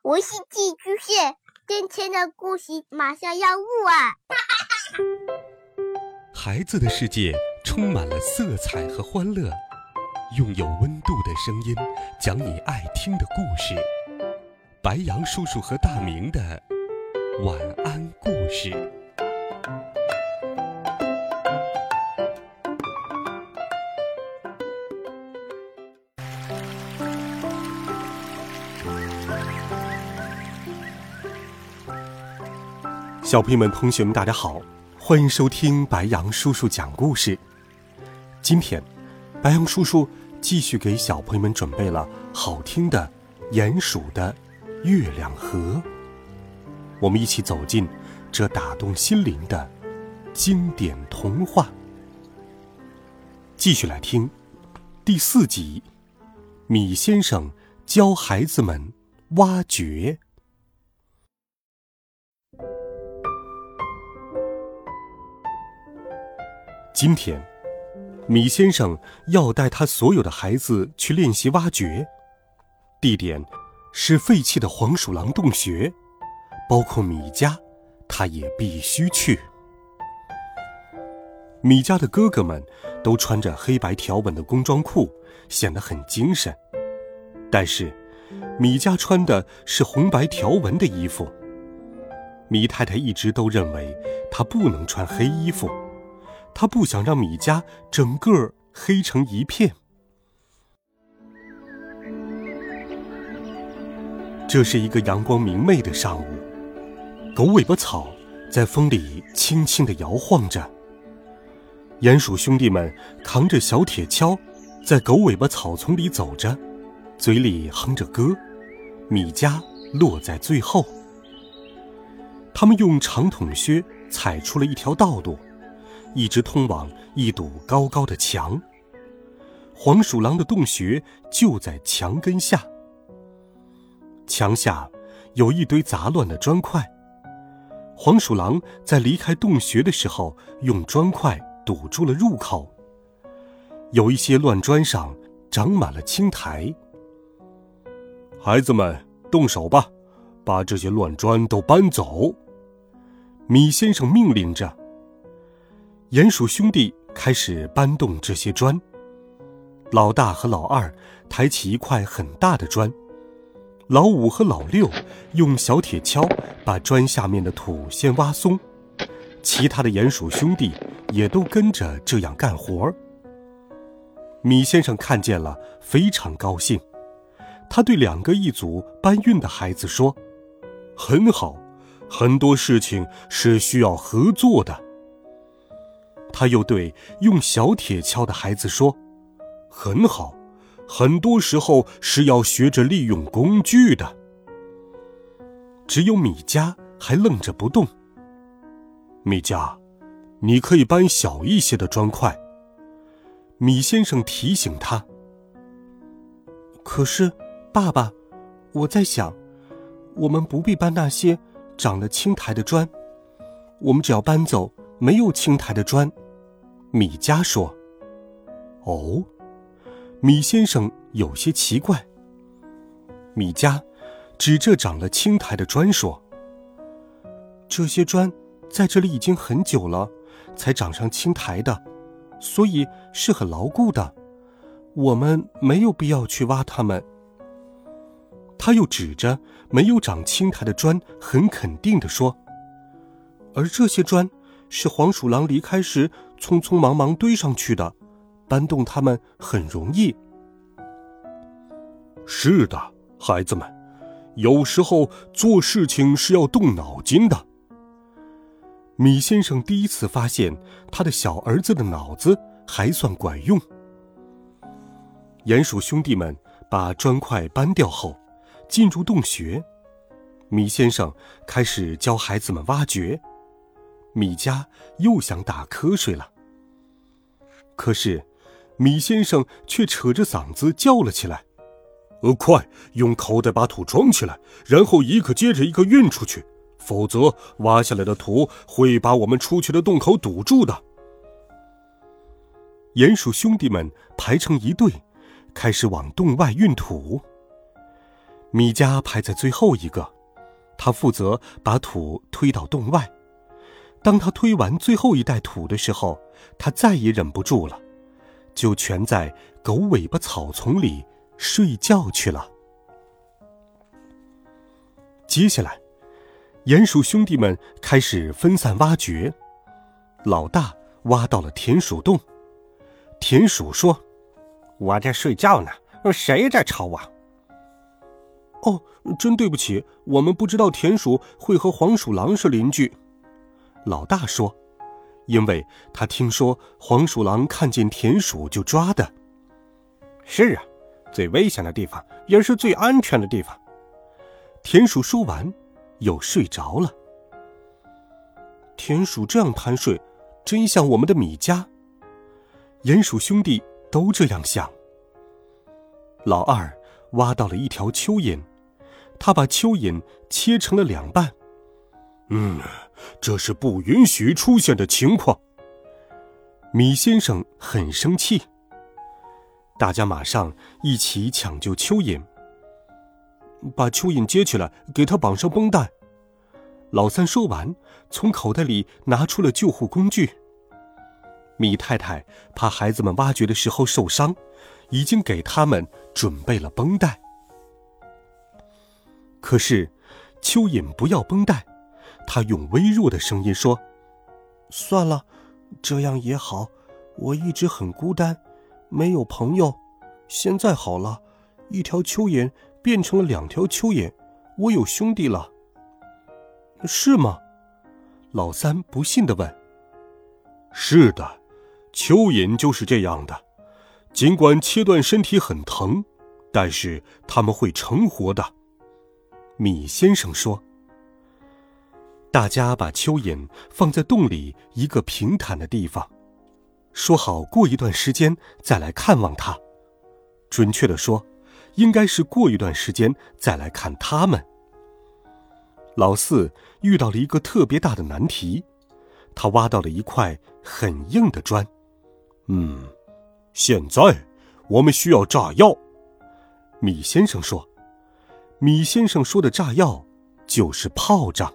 我是寄居蟹，今天的故事马上要录啊！ 孩子的世界充满了色彩和欢乐，用有温度的声音讲你爱听的故事。白杨叔叔和大明的晚安故事。小朋友们、同学们，大家好，欢迎收听白杨叔叔讲故事。今天，白杨叔叔继续给小朋友们准备了好听的鼹鼠的月亮河。我们一起走进这打动心灵的经典童话。继续来听第4集，米先生教孩子们挖掘。今天，米先生要带他所有的孩子去练习挖掘，地点是废弃的黄鼠狼洞穴，包括米家，他也必须去。米家的哥哥们都穿着黑白条纹的工装裤，显得很精神，但是米家穿的是红白条纹的衣服。米太太一直都认为他不能穿黑衣服，他不想让米家整个黑成一片。这是一个阳光明媚的上午，狗尾巴草在风里轻轻地摇晃着。鼹鼠兄弟们扛着小铁锹，在狗尾巴草丛里走着，嘴里哼着歌。米家落在最后。他们用长筒靴踩出了一条道路，一直通往一堵高高的墙。黄鼠狼的洞穴就在墙根下。墙下有一堆杂乱的砖块。黄鼠狼在离开洞穴的时候，用砖块堵住了入口。有一些乱砖上长满了青苔。孩子们，动手吧，把这些乱砖都搬走。米先生命令着。鼹鼠兄弟开始搬动这些砖。老大和老二抬起一块很大的砖，老五和老六用小铁锹把砖下面的土先挖松，其他的鼹鼠兄弟也都跟着这样干活。米先生看见了，非常高兴。他对2个一组搬运的孩子说：“很好，很多事情是需要合作的。”他又对用小铁锹的孩子说：“很好，很多时候是要学着利用工具的。”只有米家还愣着不动。米家，你可以搬小一些的砖块。米先生提醒他。可是，爸爸，我在想，我们不必搬那些长了青苔的砖，我们只要搬走没有青苔的砖。米家说。哦，米先生有些奇怪。米家指着长了青苔的砖说：“这些砖在这里已经很久了，才长上青苔的，所以是很牢固的，我们没有必要去挖它们。”他又指着没有长青苔的砖很肯定地说：“而这些砖是黄鼠狼离开时匆匆忙忙堆上去的，搬动它们很容易。”是的，孩子们，有时候做事情是要动脑筋的。米先生第一次发现他的小儿子的脑子还算管用。鼹鼠兄弟们把砖块搬掉后，进入洞穴。米先生开始教孩子们挖掘。米家又想打瞌睡了。可是米先生却扯着嗓子叫了起来：“快，用口袋把土装起来，然后一个接着一个运出去，否则挖下来的土会把我们出去的洞口堵住的。”鼹鼠兄弟们排成一队，开始往洞外运土。 米家排在最后一个，他负责把土推到洞外。当他推完最后一袋土的时候，他再也忍不住了，就蜷在狗尾巴草丛里睡觉去了。接下来，鼹鼠兄弟们开始分散挖掘。老大挖到了田鼠洞。田鼠说：“ 我在睡觉呢，谁在吵我？”“ 哦，真对不起，我们不知道田鼠会和黄鼠狼是邻居。”老大说，因为他听说黄鼠狼看见田鼠就抓的。 “是啊，最危险的地方也是最安全的地方。” 田鼠说完又睡着了。田鼠这样贪睡，真像我们的米家。鼹鼠兄弟都这样想。老二挖到了一条蚯蚓，他把蚯蚓切成了2半。这是不允许出现的情况。米先生很生气。大家马上一起抢救蚯蚓。把蚯蚓接起来，给它绑上绷带。老三说完，从口袋里拿出了救护工具。米太太怕孩子们挖掘的时候受伤，已经给他们准备了绷带。可是蚯蚓不要绷带，他用微弱的声音说：“算了，这样也好，我一直很孤单，没有朋友。现在好了，一条蚯蚓变成了2条蚯蚓，我有兄弟了。”“是吗？”老三不信地问。“是的，蚯蚓就是这样的，尽管切断身体很疼，但是他们会成活的。”米先生说。大家把蚯蚓放在洞里一个平坦的地方，说好过一段时间再来看望它。准确地说，应该是过一段时间再来看他们。老四遇到了一个特别大的难题，他挖到了一块很硬的砖。现在我们需要炸药。米先生说。米先生说的炸药就是炮仗。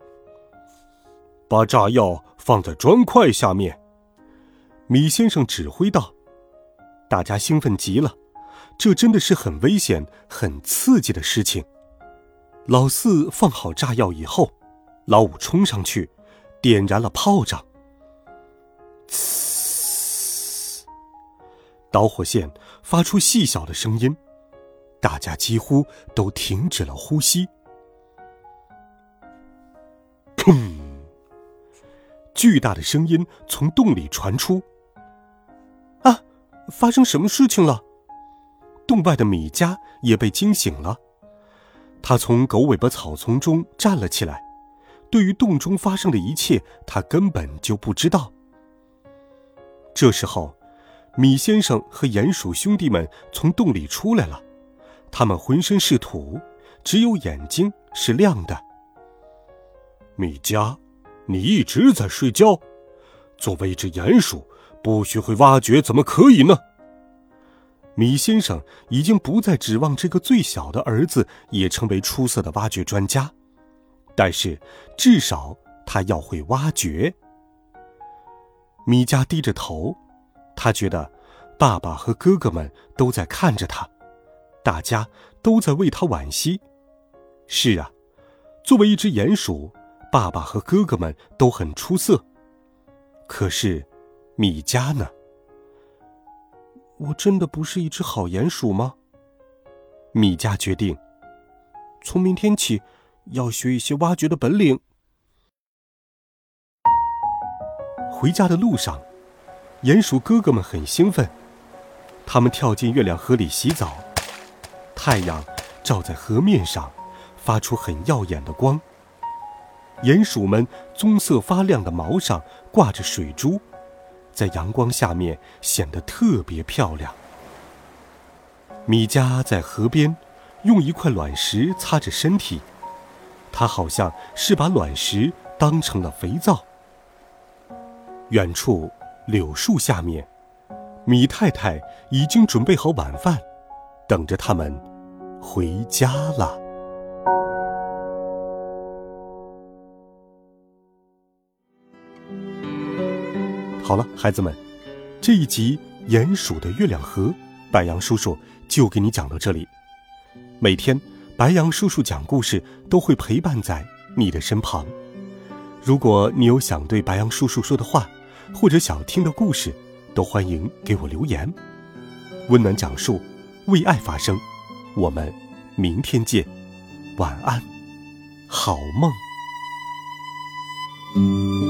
把炸药放在砖块下面，米先生指挥道。大家兴奋极了，这真的是很危险、很刺激的事情。老四放好炸药以后，老五冲上去，点燃了炮仗。呲！导火线发出细小的声音，大家几乎都停止了呼吸。砰！巨大的声音从洞里传出。啊，发生什么事情了？洞外的米家也被惊醒了。他从狗尾巴草丛中站了起来，对于洞中发生的一切，他根本就不知道。这时候，米先生和鼹鼠兄弟们从洞里出来了，他们浑身是土，只有眼睛是亮的。米家，你一直在睡觉？作为一只鼹鼠，不学会挖掘怎么可以呢？米先生已经不再指望这个最小的儿子也成为出色的挖掘专家，但是至少他要会挖掘。米迦低着头，他觉得爸爸和哥哥们都在看着他，大家都在为他惋惜。是啊，作为一只鼹鼠，爸爸和哥哥们都很出色，可是米迦呢？我真的不是一只好鼹鼠吗？米迦决定，从明天起要学一些挖掘的本领。回家的路上，鼹鼠哥哥们很兴奋，他们跳进月亮河里洗澡，太阳照在河面上，发出很耀眼的光。鼹鼠们棕色发亮的毛上挂着水珠，在阳光下面显得特别漂亮。米迦在河边用一块卵石擦着身体，他好像是把卵石当成了肥皂。远处柳树下面，米太太已经准备好晚饭，等着他们回家了。好了，孩子们，这一集鼹鼠的月亮河，白羊叔叔就给你讲到这里。每天白羊叔叔讲故事都会陪伴在你的身旁。如果你有想对白羊叔叔说的话，或者想听的故事，都欢迎给我留言。温暖讲述，为爱发声，我们明天见，晚安，好梦。